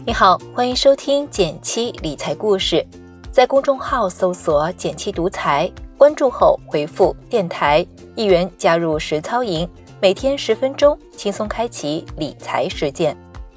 你好，欢迎收听简七理财故事，在公众号搜索简七独裁，关注后回复电台1元加入实操营，每天10分钟，轻松开启理财实践。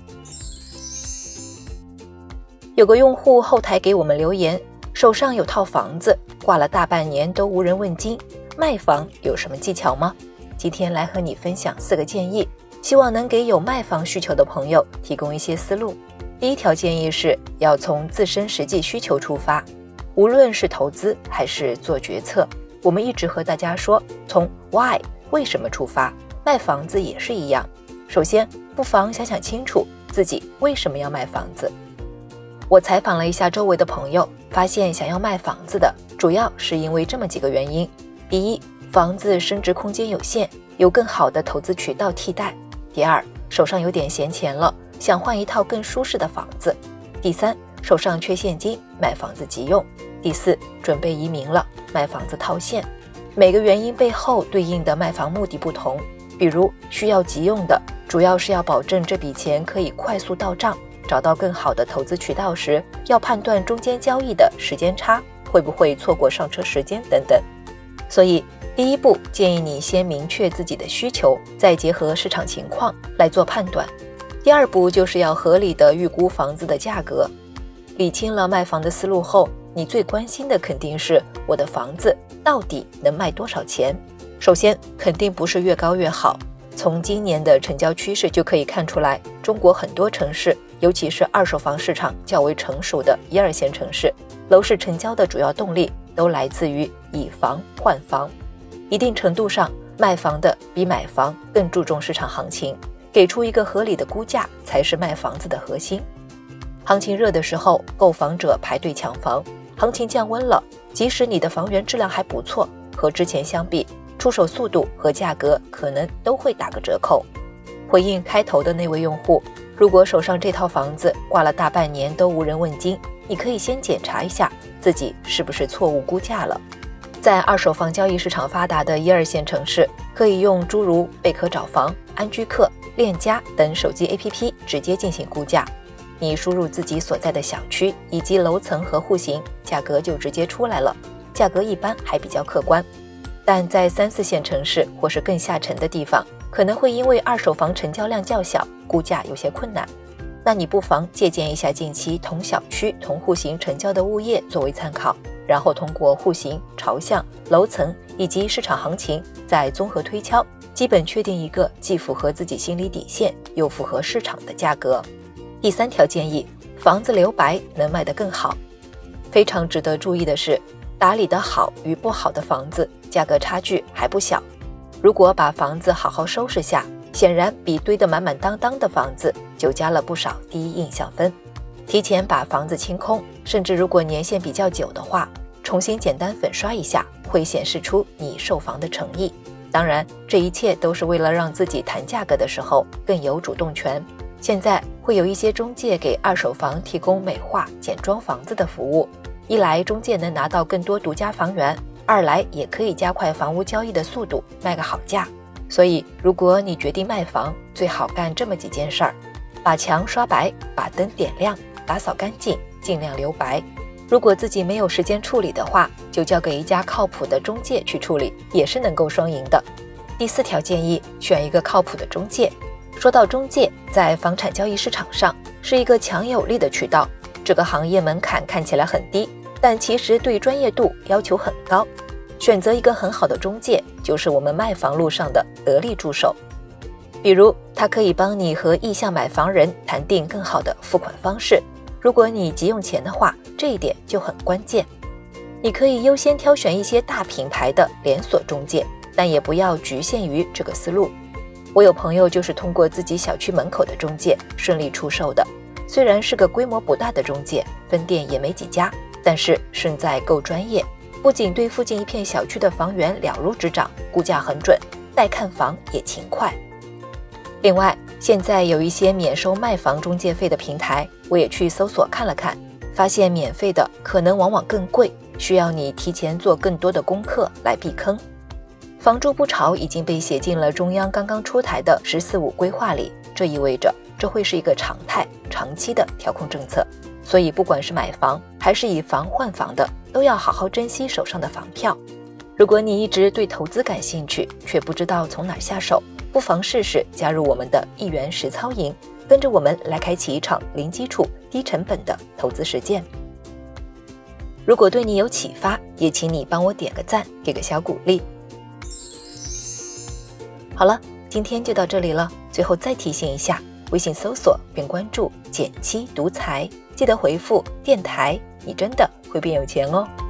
有个用户后台给我们留言，手上有套房子，挂了大半年都无人问津，卖房有什么技巧吗？今天来和你分享4个建议，希望能给有卖房需求的朋友提供一些思路。第一条建议是要从自身实际需求出发，无论是投资还是做决策，我们一直和大家说从 why 为什么出发，卖房子也是一样。首先不妨想想清楚自己为什么要卖房子。我采访了一下周围的朋友，发现想要卖房子的主要是因为这么几个原因。第一，房子升值空间有限，有更好的投资渠道替代。第二，手上有点闲钱了，想换一套更舒适的房子。第三，手上缺现金，买房子急用。第四，准备移民了，卖房子套现。每个原因背后对应的卖房目的不同，比如需要急用的，主要是要保证这笔钱可以快速到账，找到更好的投资渠道时，要判断中间交易的时间差，会不会错过上车时间等等。所以第一步建议你先明确自己的需求，再结合市场情况来做判断。第二步就是要合理的预估房子的价格。理清了卖房的思路后，你最关心的肯定是我的房子到底能卖多少钱。首先肯定不是越高越好，从今年的成交趋势就可以看出来，中国很多城市，尤其是二手房市场较为成熟的1、2线城市，楼市成交的主要动力都来自于以房换房。一定程度上，卖房的比买房更注重市场行情，给出一个合理的估价才是卖房子的核心。行情热的时候，购房者排队抢房，行情降温了，即使你的房源质量还不错，和之前相比，出手速度和价格可能都会打个折扣。回应开头的那位用户，如果手上这套房子挂了大半年都无人问津，你可以先检查一下自己是不是错误估价了。在二手房交易市场发达的1、2线城市，可以用诸如贝壳找房、安居客、链家等手机 APP 直接进行估价。你输入自己所在的小区以及楼层和户型，价格就直接出来了，价格一般还比较客观。但在3、4线城市或是更下沉的地方，可能会因为二手房成交量较小，估价有些困难。那你不妨借鉴一下近期同小区同户型成交的物业作为参考，然后通过户型、朝向、楼层以及市场行情再综合推敲，基本确定一个既符合自己心理底线又符合市场的价格。第3条建议，房子留白能卖得更好。非常值得注意的是，打理得好与不好的房子价格差距还不小。如果把房子好好收拾下，显然比堆得满满当当的房子就加了不少第一印象分。提前把房子清空，甚至如果年限比较久的话，重新简单粉刷一下，会显示出你售房的诚意。当然，这一切都是为了让自己谈价格的时候更有主动权。现在会有一些中介给二手房提供美化、简装房子的服务，一来中介能拿到更多独家房源，二来也可以加快房屋交易的速度，卖个好价。所以如果你决定卖房，最好干这么几件事儿：把墙刷白，把灯点亮，打扫干净，尽量留白。如果自己没有时间处理的话，就交给一家靠谱的中介去处理，也是能够双赢的。第4条建议，选一个靠谱的中介。说到中介，在房产交易市场上是一个强有力的渠道，这个行业门槛看起来很低，但其实对专业度要求很高。选择一个很好的中介，就是我们卖房路上的得力助手。比如他可以帮你和意向买房人谈定更好的付款方式，如果你急用钱的话，这一点就很关键。你可以优先挑选一些大品牌的连锁中介，但也不要局限于这个思路。我有朋友就是通过自己小区门口的中介顺利出售的，虽然是个规模不大的中介，分店也没几家，但是胜在够专业，不仅对附近一片小区的房源了如指掌，估价很准，带看房也勤快。另外，现在有一些免收卖房中介费的平台，我也去搜索看了看，发现免费的可能往往更贵，需要你提前做更多的功课来避坑。房住不炒已经被写进了中央刚刚出台的“十四五”规划里，这意味着这会是一个常态、长期的调控政策。所以不管是买房还是以房换房的，都要好好珍惜手上的房票。如果你一直对投资感兴趣，却不知道从哪儿下手，不妨试试加入我们的1元实操营，跟着我们来开启一场零基础、低成本的投资实践。如果对你有启发，也请你帮我点个赞，给个小鼓励。好了，今天就到这里了。最后再提醒一下，微信搜索并关注减七独裁，记得回复电台，你真的会变有钱哦。